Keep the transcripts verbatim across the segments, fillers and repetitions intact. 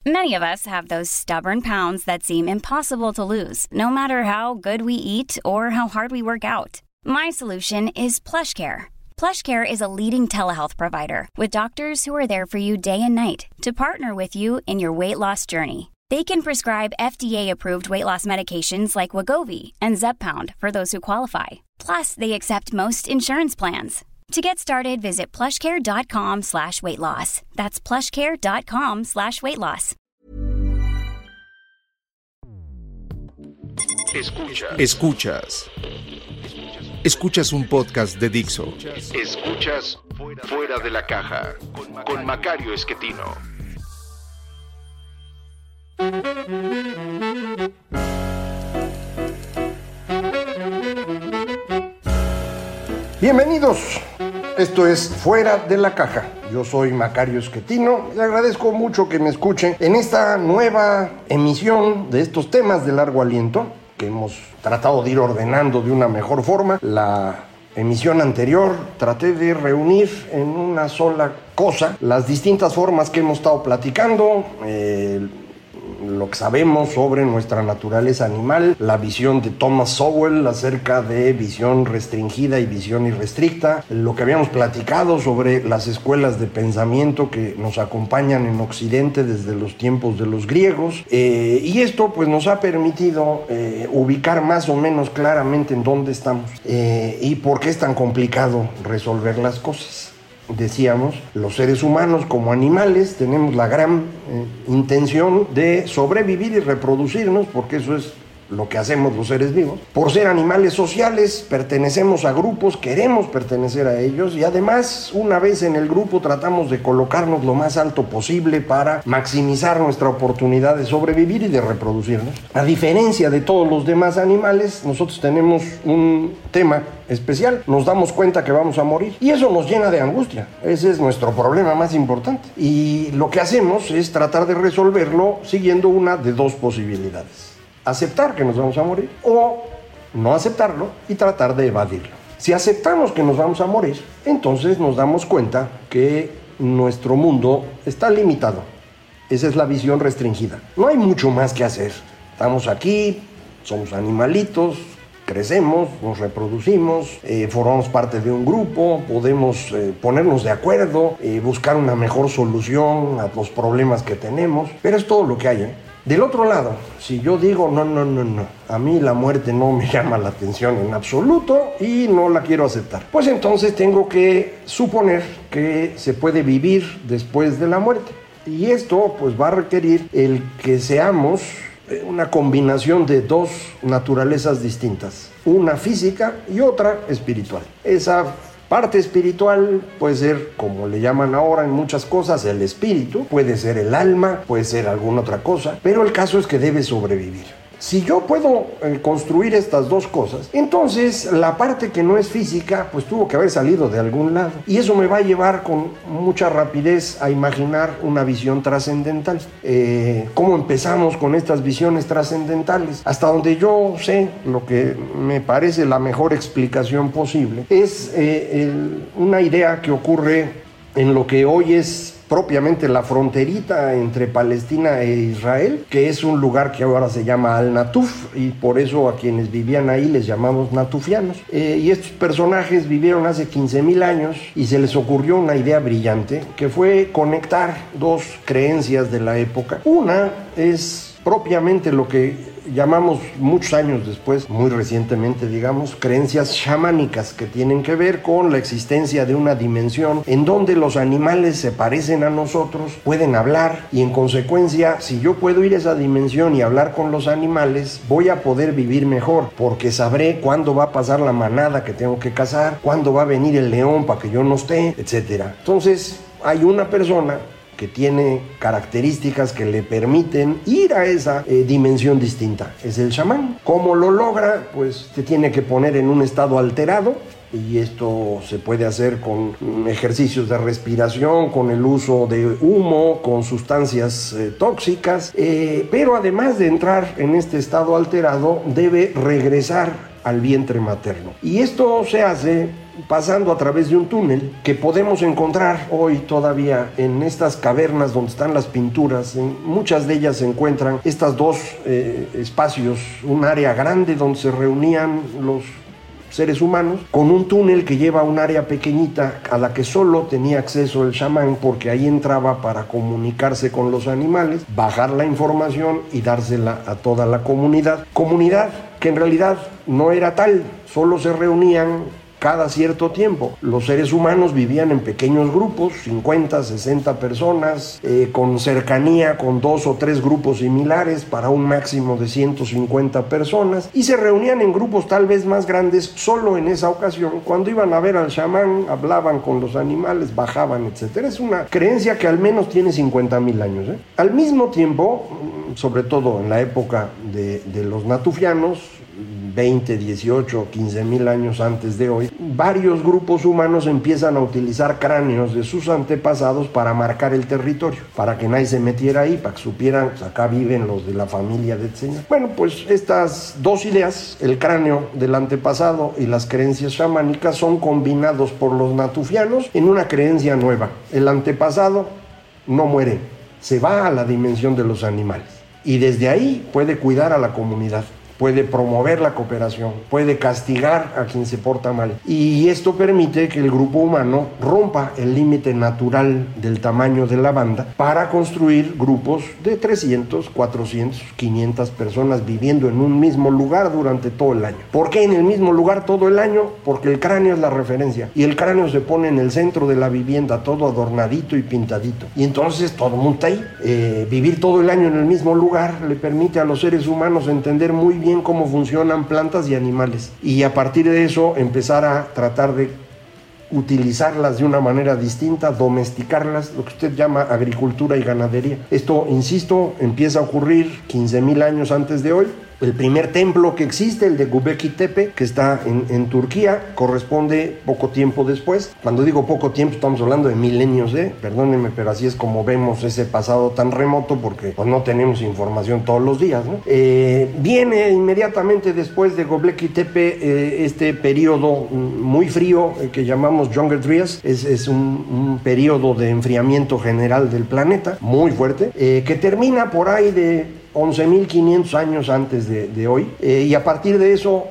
Many of us have those stubborn pounds that seem impossible to lose, no matter how good we eat or how hard we work out. My solution is PlushCare. PlushCare is a leading telehealth provider with doctors who are there for you day and night to partner with you in your weight loss journey. They can prescribe F D A-approved weight loss medications like Wegovy and Zepbound for those who qualify. Plus, they accept most insurance plans. To get started, visit plushcare.com slash weight loss. That's plushcare.com slash weight loss. Escuchas. Escuchas. Escuchas un podcast de Dixo. Escuchas Fuera de la Caja con Macario Esquetino. Bienvenidos, esto es Fuera de la Caja. Yo soy Macario Esquetino y agradezco mucho que me escuchen en esta nueva emisión de estos temas de largo aliento que hemos tratado de ir ordenando de una mejor forma. La emisión anterior traté de reunir en una sola cosa las distintas formas que hemos estado platicando, eh, lo que sabemos sobre nuestra naturaleza animal, la visión de Thomas Sowell acerca de visión restringida y visión irrestricta, lo que habíamos platicado sobre las escuelas de pensamiento que nos acompañan en Occidente desde los tiempos de los griegos, eh, y esto pues nos ha permitido eh, ubicar más o menos claramente en dónde estamos eh, y por qué es tan complicado resolver las cosas. Decíamos, los seres humanos como animales tenemos la gran eh, intención de sobrevivir y reproducirnos, porque eso es lo que hacemos los seres vivos. Por ser animales sociales, pertenecemos a grupos, queremos pertenecer a ellos y además, una vez en el grupo, tratamos de colocarnos lo más alto posible para maximizar nuestra oportunidad de sobrevivir y de reproducirnos. A diferencia de todos los demás animales, nosotros tenemos un tema especial, nos damos cuenta que vamos a morir y eso nos llena de angustia. Ese es nuestro problema más importante y lo que hacemos es tratar de resolverlo siguiendo una de dos posibilidades: aceptar que nos vamos a morir o no aceptarlo y tratar de evadirlo. Si aceptamos que nos vamos a morir, entonces nos damos cuenta que nuestro mundo está limitado. Esa es la visión restringida. No hay mucho más que hacer. Estamos aquí, somos animalitos, crecemos, nos reproducimos, eh, formamos parte de un grupo, podemos eh, ponernos de acuerdo, eh, buscar una mejor solución a los problemas que tenemos, pero es todo lo que hay, ¿eh? Del otro lado, si yo digo, no, no, no, no, a mí la muerte no me llama la atención en absoluto y no la quiero aceptar, pues entonces tengo que suponer que se puede vivir después de la muerte. Y esto pues va a requerir el que seamos una combinación de dos naturalezas distintas, una física y otra espiritual. Esa parte espiritual puede ser, como le llaman ahora en muchas cosas, el espíritu, puede ser el alma, puede ser alguna otra cosa, pero el caso es que debe sobrevivir. Si yo puedo eh, construir estas dos cosas, entonces la parte que no es física, pues tuvo que haber salido de algún lado. Y eso me va a llevar con mucha rapidez a imaginar una visión trascendental. Eh, ¿Cómo empezamos con estas visiones trascendentales? Hasta donde yo sé, lo que me parece la mejor explicación posible, es eh, el, una idea que ocurre en lo que hoy es propiamente la fronterita entre Palestina e Israel, que es un lugar que ahora se llama Al-Natuf, y por eso a quienes vivían ahí les llamamos natufianos. Eh, y estos personajes vivieron hace quince mil años y se les ocurrió una idea brillante, que fue conectar dos creencias de la época. Una es propiamente lo que llamamos muchos años después, muy recientemente digamos, creencias chamánicas, que tienen que ver con la existencia de una dimensión en donde los animales se parecen a nosotros, pueden hablar y en consecuencia, si yo puedo ir a esa dimensión y hablar con los animales, voy a poder vivir mejor, porque sabré cuándo va a pasar la manada que tengo que cazar, cuándo va a venir el león para que yo no esté, etcétera. Entonces hay una persona que tiene características que le permiten ir a esa eh, dimensión distinta. Es el chamán. ¿Cómo lo logra? Pues te tiene que poner en un estado alterado, y esto se puede hacer con ejercicios de respiración, con el uso de humo, con sustancias eh, tóxicas, eh, pero además de entrar en este estado alterado, debe regresar al vientre materno. Y esto se hace pasando a través de un túnel que podemos encontrar hoy todavía en estas cavernas donde están las pinturas. En muchas de ellas se encuentran estos dos eh, espacios, un área grande donde se reunían los seres humanos, con un túnel que lleva a un área pequeñita a la que solo tenía acceso el chamán, porque ahí entraba para comunicarse con los animales, bajar la información y dársela a toda la comunidad. Comunidad que en realidad no era tal, solo se reunían cada cierto tiempo. Los seres humanos vivían en pequeños grupos, cincuenta, sesenta personas, eh, con cercanía con dos o tres grupos similares para un máximo de ciento cincuenta personas, y se reunían en grupos tal vez más grandes solo en esa ocasión. Cuando iban a ver al chamán, hablaban con los animales, bajaban, etcétera. Es una creencia que al menos tiene cincuenta mil años, ¿eh? Al mismo tiempo, sobre todo en la época de, de los natufianos, veinte, dieciocho, quince mil años antes de hoy, varios grupos humanos empiezan a utilizar cráneos de sus antepasados para marcar el territorio, para que nadie se metiera ahí, para que supieran, pues acá viven los de la familia del señor. Bueno, pues estas dos ideas, el cráneo del antepasado y las creencias chamánicas, son combinados por los natufianos en una creencia nueva. El antepasado no muere, se va a la dimensión de los animales y desde ahí puede cuidar a la comunidad, puede promover la cooperación, puede castigar a quien se porta mal. Y esto permite que el grupo humano rompa el límite natural del tamaño de la banda para construir grupos de trescientos, cuatrocientos, quinientas personas viviendo en un mismo lugar durante todo el año. ¿Por qué en el mismo lugar todo el año? Porque el cráneo es la referencia y el cráneo se pone en el centro de la vivienda, todo adornadito y pintadito. Y entonces todo el mundo está ahí. Eh, vivir todo el año en el mismo lugar le permite a los seres humanos entender muy bien cómo funcionan plantas y animales, y a partir de eso empezar a tratar de utilizarlas de una manera distinta, domesticarlas, lo que usted llama agricultura y ganadería. Esto, insisto, empieza a ocurrir quince mil años antes de hoy. El primer templo que existe, el de Göbekli Tepe, que está en, en Turquía, corresponde poco tiempo después. Cuando digo poco tiempo, estamos hablando de milenios, ¿eh? Perdónenme, pero así es como vemos ese pasado tan remoto, porque pues, no tenemos información todos los días, ¿no? Eh, viene inmediatamente después de Göbekli Tepe eh, este periodo muy frío eh, que llamamos Younger Dryas. Es, es un, un periodo de enfriamiento general del planeta, muy fuerte, eh, que termina por ahí de once mil quinientos años antes de, de hoy, eh, y a partir de eso,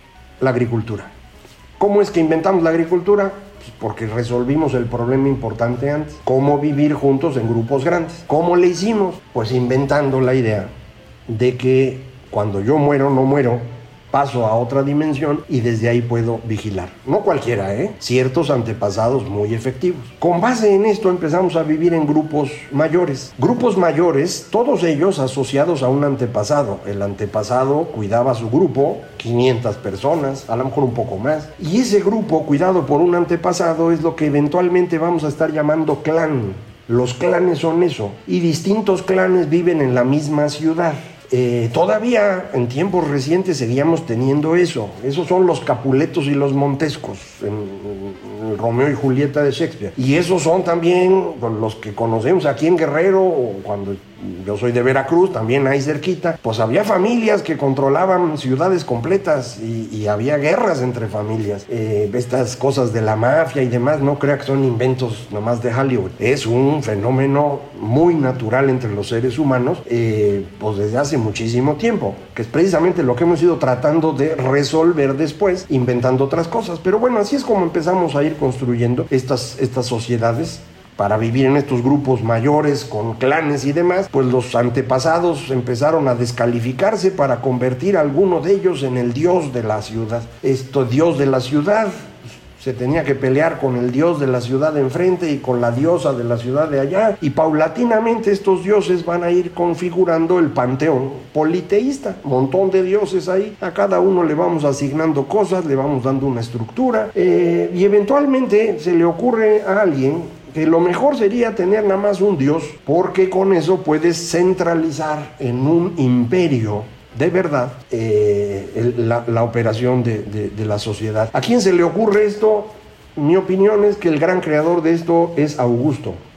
la agricultura. ¿Cómo es que inventamos la agricultura? Pues porque resolvimos el problema importante antes. ¿Cómo vivir juntos en grupos grandes? ¿Cómo le hicimos? Pues inventando la idea de que cuando yo muero, no muero, paso a otra dimensión y desde ahí puedo vigilar. No cualquiera, ¿eh? Ciertos antepasados muy efectivos. Con base en esto empezamos a vivir en grupos mayores. Grupos mayores, todos ellos asociados a un antepasado. El antepasado cuidaba a su grupo, quinientas personas, a lo mejor un poco más. Y ese grupo cuidado por un antepasado es lo que eventualmente vamos a estar llamando clan. Los clanes son eso. Y distintos clanes viven en la misma ciudad. Eh, todavía en tiempos recientes seguíamos teniendo eso. Esos son los Capuletos y los Montescos en, en, en Romeo y Julieta de Shakespeare. Y esos son también los que conocemos aquí en Guerrero, o cuando yo soy de Veracruz, también ahí cerquita. Pues había familias que controlaban ciudades completas y, y había guerras entre familias. Eh, estas cosas de la mafia y demás, no crea que son inventos nomás de Hollywood. Es un fenómeno muy natural entre los seres humanos, eh, pues desde hace muchísimo tiempo, que es precisamente lo que hemos ido tratando de resolver después, inventando otras cosas. Pero bueno, así es como empezamos a ir construyendo estas, estas sociedades para vivir en estos grupos mayores con clanes y demás. Pues los antepasados empezaron a descalificarse para convertir a alguno de ellos en el dios de la ciudad. Esto, dios de la ciudad, se tenía que pelear con el dios de la ciudad de enfrente y con la diosa de la ciudad de allá, y paulatinamente estos dioses van a ir configurando el panteón politeísta, montón de dioses ahí, a cada uno le vamos asignando cosas, le vamos dando una estructura, eh, y eventualmente se le ocurre a alguien que lo mejor sería tener nada más un dios, porque con eso puedes centralizar en un imperio de verdad eh, el, la, la operación de, de, de la sociedad. ¿A quién se le ocurre esto? Mi opinión es que el gran creador de esto es Augusto.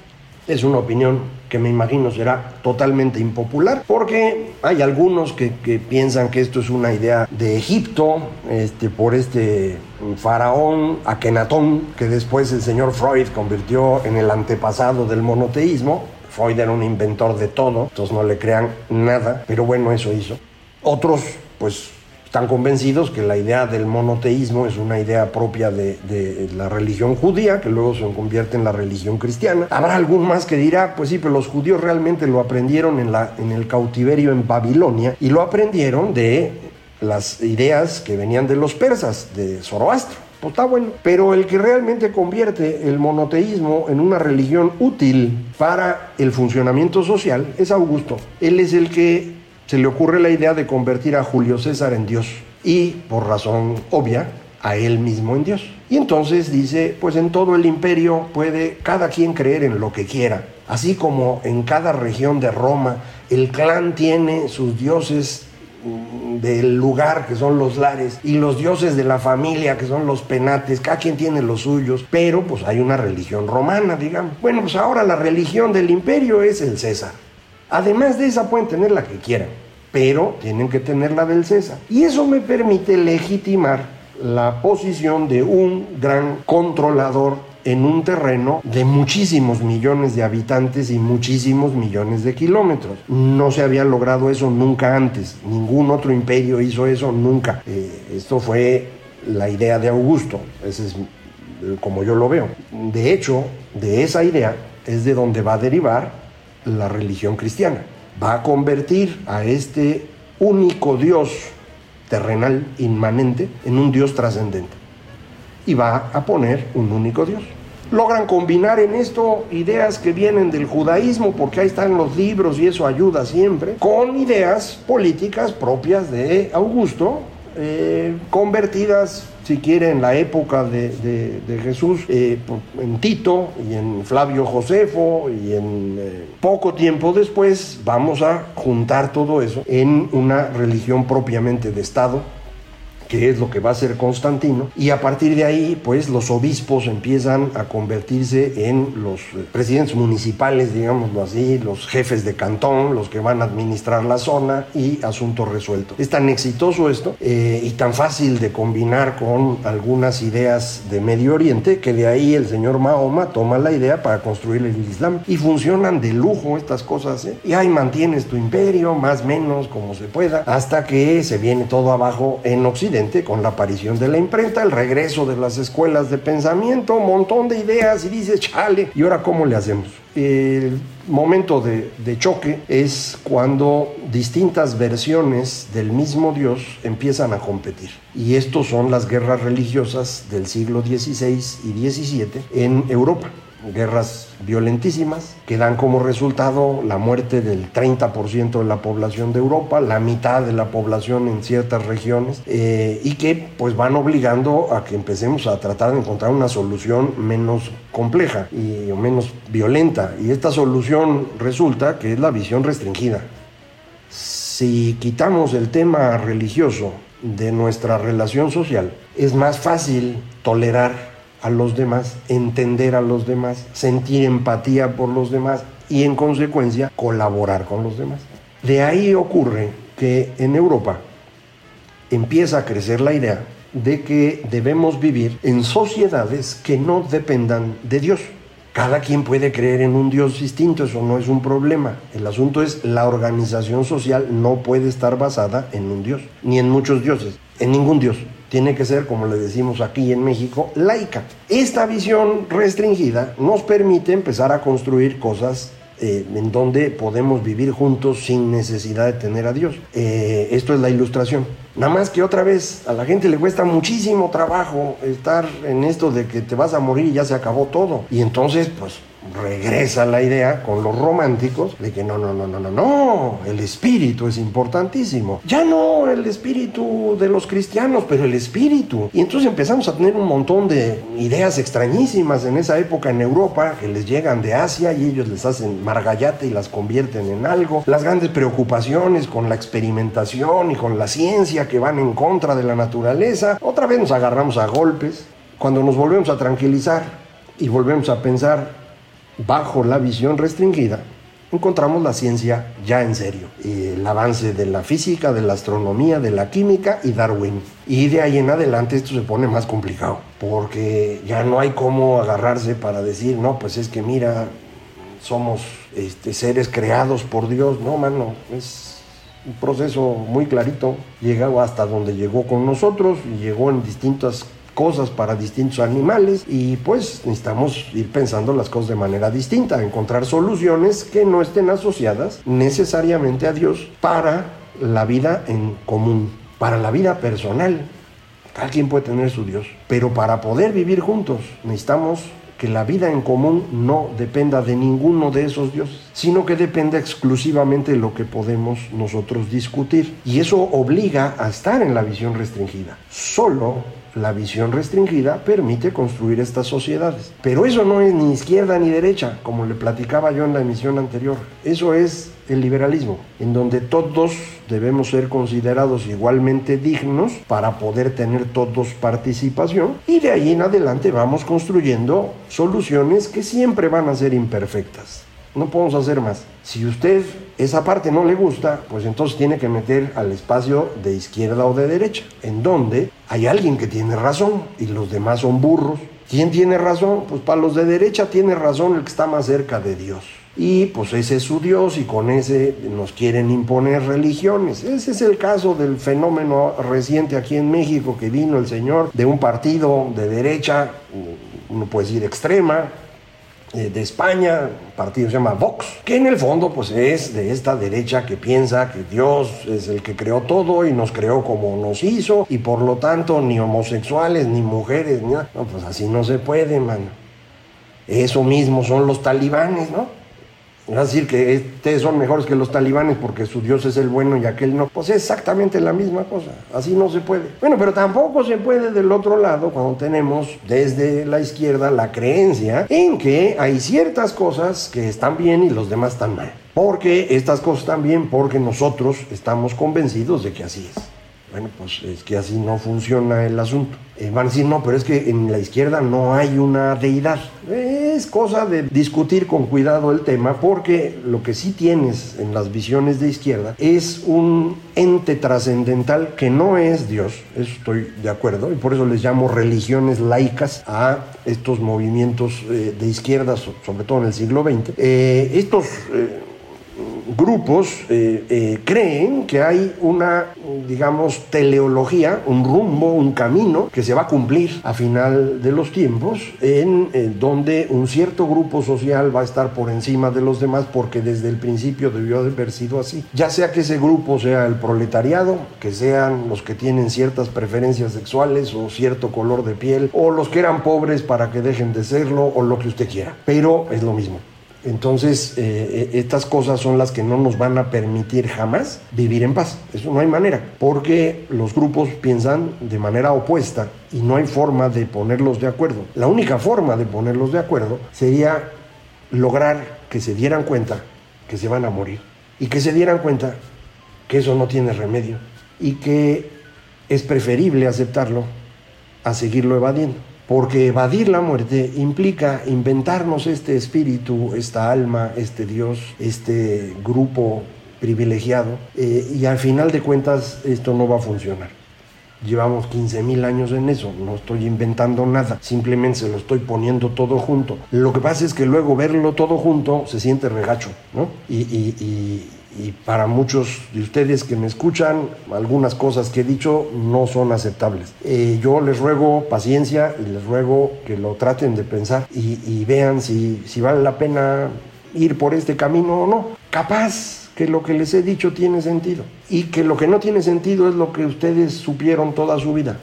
Es una opinión que me imagino será totalmente impopular, porque hay algunos que, que piensan que esto es una idea de Egipto, este, por este faraón Akenatón, que después el señor Freud convirtió en el antepasado del monoteísmo. Freud era un inventor de todo, entonces no le crean nada, pero bueno, eso hizo. Otros, pues, están convencidos que la idea del monoteísmo es una idea propia de, de la religión judía, que luego se convierte en la religión cristiana. Habrá algún más que dirá, pues sí, pero los judíos realmente lo aprendieron en, la, en el cautiverio en Babilonia, y lo aprendieron de las ideas que venían de los persas, de Zoroastro. Pues está bueno, pero el que realmente convierte el monoteísmo en una religión útil para el funcionamiento social es Augusto. Él es el que se le ocurre la idea de convertir a Julio César en Dios y, por razón obvia, a él mismo en Dios. Y entonces dice, pues en todo el imperio puede cada quien creer en lo que quiera. Así como en cada región de Roma el clan tiene sus dioses del lugar, que son los lares, y los dioses de la familia, que son los penates, cada quien tiene los suyos, pero pues hay una religión romana, digamos. Bueno, pues ahora la religión del imperio es el César. Además de esa pueden tener la que quieran, pero tienen que tener la del César. Y eso me permite legitimar la posición de un gran controlador en un terreno de muchísimos millones de habitantes y muchísimos millones de kilómetros. No se había logrado eso nunca antes. Ningún otro imperio hizo eso nunca. Eh, esto fue la idea de Augusto. Ese es como yo lo veo. De hecho, de esa idea es de donde va a derivar la religión cristiana. Va a convertir a este único Dios terrenal, inmanente, en un Dios trascendente. Y va a poner un único Dios. Logran combinar en esto ideas que vienen del judaísmo, porque ahí están los libros y eso ayuda siempre, con ideas políticas propias de Augusto, eh, convertidas, si quiere, en la época de, de, de Jesús, eh, en Tito y en Flavio Josefo, y en eh, poco tiempo después vamos a juntar todo eso en una religión propiamente de Estado, que es lo que va a ser Constantino, y a partir de ahí, pues, los obispos empiezan a convertirse en los presidentes municipales, digámoslo así, los jefes de cantón, los que van a administrar la zona, y asunto resuelto. Es tan exitoso esto eh, y tan fácil de combinar con algunas ideas de Medio Oriente, que de ahí el señor Mahoma toma la idea para construir el Islam, y funcionan de lujo estas cosas, ¿eh? Y ahí mantienes tu imperio, más o menos como se pueda, hasta que se viene todo abajo en Occidente, con la aparición de la imprenta, el regreso de las escuelas de pensamiento, un montón de ideas, y dices, chale, ¿y ahora cómo le hacemos? El momento de, de choque es cuando distintas versiones del mismo Dios empiezan a competir. Y estos son las guerras religiosas del siglo dieciséis y diecisiete en Europa. Guerras violentísimas que dan como resultado la muerte del treinta por ciento de la población de Europa, la mitad de la población en ciertas regiones, eh, y que pues van obligando a que empecemos a tratar de encontrar una solución menos compleja y o menos violenta, y esta solución resulta que es la visión restringida. Si quitamos el tema religioso de nuestra relación social, es más fácil tolerar a los demás, entender a los demás, sentir empatía por los demás y, en consecuencia, colaborar con los demás. De ahí ocurre que en Europa empieza a crecer la idea de que debemos vivir en sociedades que no dependan de Dios. Cada quien puede creer en un Dios distinto, eso no es un problema. El asunto es la organización social no puede estar basada en un Dios, ni en muchos dioses, en ningún Dios. Tiene que ser, como le decimos aquí en México, laica. Esta visión restringida nos permite empezar a construir cosas eh, en donde podemos vivir juntos sin necesidad de tener a Dios. Eh, esto es la ilustración. Nada más que otra vez a la gente le cuesta muchísimo trabajo estar en esto de que te vas a morir y ya se acabó todo. Y entonces, pues, regresa la idea con los románticos de que no, no, no, no, no, no, el espíritu es importantísimo. Ya no el espíritu de los cristianos, pero el espíritu. Y entonces empezamos a tener un montón de ideas extrañísimas en esa época en Europa que les llegan de Asia y ellos les hacen margallate y las convierten en algo. Las grandes preocupaciones con la experimentación y con la ciencia que van en contra de la naturaleza. Otra vez nos agarramos a golpes. Cuando nos volvemos a tranquilizar y volvemos a pensar bajo la visión restringida, encontramos la ciencia ya en serio. El avance de la física, de la astronomía, de la química y Darwin. Y de ahí en adelante esto se pone más complicado, porque ya no hay cómo agarrarse para decir, no, pues es que mira, somos este, seres creados por Dios. No, mano, es un proceso muy clarito. Llegó hasta donde llegó con nosotros y llegó en distintas cosas para distintos animales, y pues necesitamos ir pensando las cosas de manera distinta, encontrar soluciones que no estén asociadas necesariamente a Dios para la vida en común, para la vida personal. Cada quien puede tener su Dios, pero para poder vivir juntos necesitamos que la vida en común no dependa de ninguno de esos dioses, sino que dependa exclusivamente de lo que podemos nosotros discutir, y eso obliga a estar en la visión restringida. Solo la visión restringida permite construir estas sociedades. Pero eso no es ni izquierda ni derecha, como le platicaba yo en la emisión anterior. Eso es el liberalismo, en donde todos debemos ser considerados igualmente dignos para poder tener todos participación, y de ahí en adelante vamos construyendo soluciones que siempre van a ser imperfectas. No podemos hacer más. Si usted esa parte no le gusta, pues entonces tiene que meter al espacio de izquierda o de derecha, en donde hay alguien que tiene razón y los demás son burros. ¿Quién tiene razón? Pues para los de derecha tiene razón el que está más cerca de Dios. Y pues ese es su Dios, y con ese nos quieren imponer religiones. Ese es el caso del fenómeno reciente aquí en México, que vino el señor de un partido de derecha, uno puede decir extrema, de España, un partido se llama Vox, que en el fondo pues es de esta derecha que piensa que Dios es el que creó todo y nos creó como nos hizo, y por lo tanto ni homosexuales, ni mujeres, ni nada. No, pues así no se puede, mano. Eso mismo son los talibanes, ¿no? Es decir, que ustedes son mejores que los talibanes porque su Dios es el bueno y aquel no. Pues es exactamente la misma cosa. Así no se puede. Bueno, pero tampoco se puede del otro lado, cuando tenemos desde la izquierda la creencia en que hay ciertas cosas que están bien y los demás están mal. Porque estas cosas están bien porque nosotros estamos convencidos de que así es. Bueno, pues es que así no funciona el asunto. Eh, van a decir, no, pero es que en la izquierda no hay una deidad. Es cosa de discutir con cuidado el tema, porque lo que sí tienes en las visiones de izquierda es un ente trascendental que no es Dios. Eso estoy de acuerdo, y por eso les llamo religiones laicas a estos movimientos eh, de izquierda, sobre todo en el siglo veinte. Eh, estos... Eh, grupos eh, eh, creen que hay una, digamos, teleología, un rumbo, un camino que se va a cumplir a final de los tiempos, en eh, donde un cierto grupo social va a estar por encima de los demás, porque desde el principio debió de haber sido así. Ya sea que ese grupo sea el proletariado, que sean los que tienen ciertas preferencias sexuales o cierto color de piel, o los que eran pobres para que dejen de serlo, o lo que usted quiera, pero es lo mismo. Entonces, eh, estas cosas son las que no nos van a permitir jamás vivir en paz. Eso no hay manera, porque los grupos piensan de manera opuesta y no hay forma de ponerlos de acuerdo. La única forma de ponerlos de acuerdo sería lograr que se dieran cuenta que se van a morir, y que se dieran cuenta que eso no tiene remedio, y que es preferible aceptarlo a seguirlo evadiendo. Porque evadir la muerte implica inventarnos este espíritu, esta alma, este Dios, este grupo privilegiado, eh, y al final de cuentas esto no va a funcionar. Llevamos quince mil años en eso, no estoy inventando nada, simplemente se lo estoy poniendo todo junto. Lo que pasa es que luego verlo todo junto se siente regacho, ¿no? Y, y, y, y para muchos de ustedes que me escuchan, algunas cosas que he dicho no son aceptables. Eh, yo les ruego paciencia y les ruego que lo traten de pensar y, y vean si, si vale la pena ir por este camino o no. Capaz que lo que les he dicho tiene sentido, y que lo que no tiene sentido es lo que ustedes supieron toda su vida.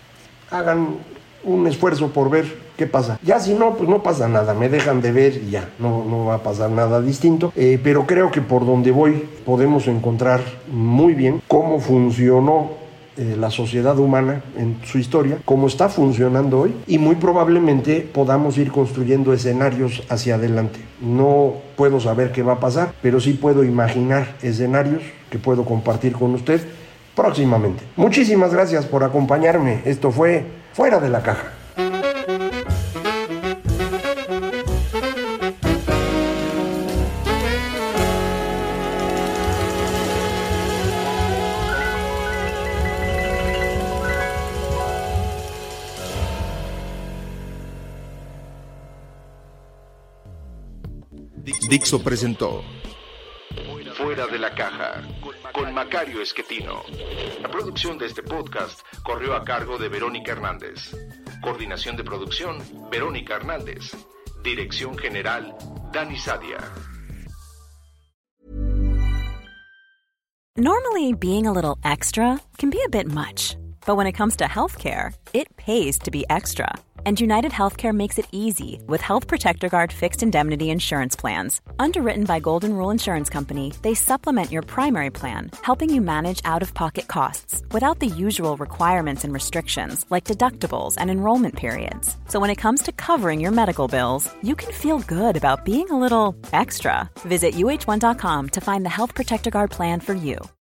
Hagan un esfuerzo por ver qué pasa. Ya si no, pues no pasa nada, me dejan de ver y ya, no, no va a pasar nada distinto. Eh, pero creo que por donde voy podemos encontrar muy bien cómo funcionó Eh, la sociedad humana en su historia, cómo está funcionando hoy, y muy probablemente podamos ir construyendo escenarios hacia adelante. No puedo saber qué va a pasar, pero sí puedo imaginar escenarios que puedo compartir con usted próximamente. Muchísimas gracias por acompañarme. Esto fue Fuera de la Caja. Dixo presentó Fuera de la Caja con Macario Esquetino. La producción de este podcast corrió a cargo de Verónica Hernández. Coordinación de producción, Verónica Hernández. Dirección General, Dani Sadia. Normally, being a little extra can be a bit much. But when it comes to healthcare, it pays to be extra. And United Healthcare makes it easy with Health Protector Guard fixed indemnity insurance plans. Underwritten by Golden Rule Insurance Company, they supplement your primary plan, helping you manage out-of-pocket costs without the usual requirements and restrictions like deductibles and enrollment periods. So when it comes to covering your medical bills, you can feel good about being a little extra. Visit U H one dot com to find the Health Protector Guard plan for you.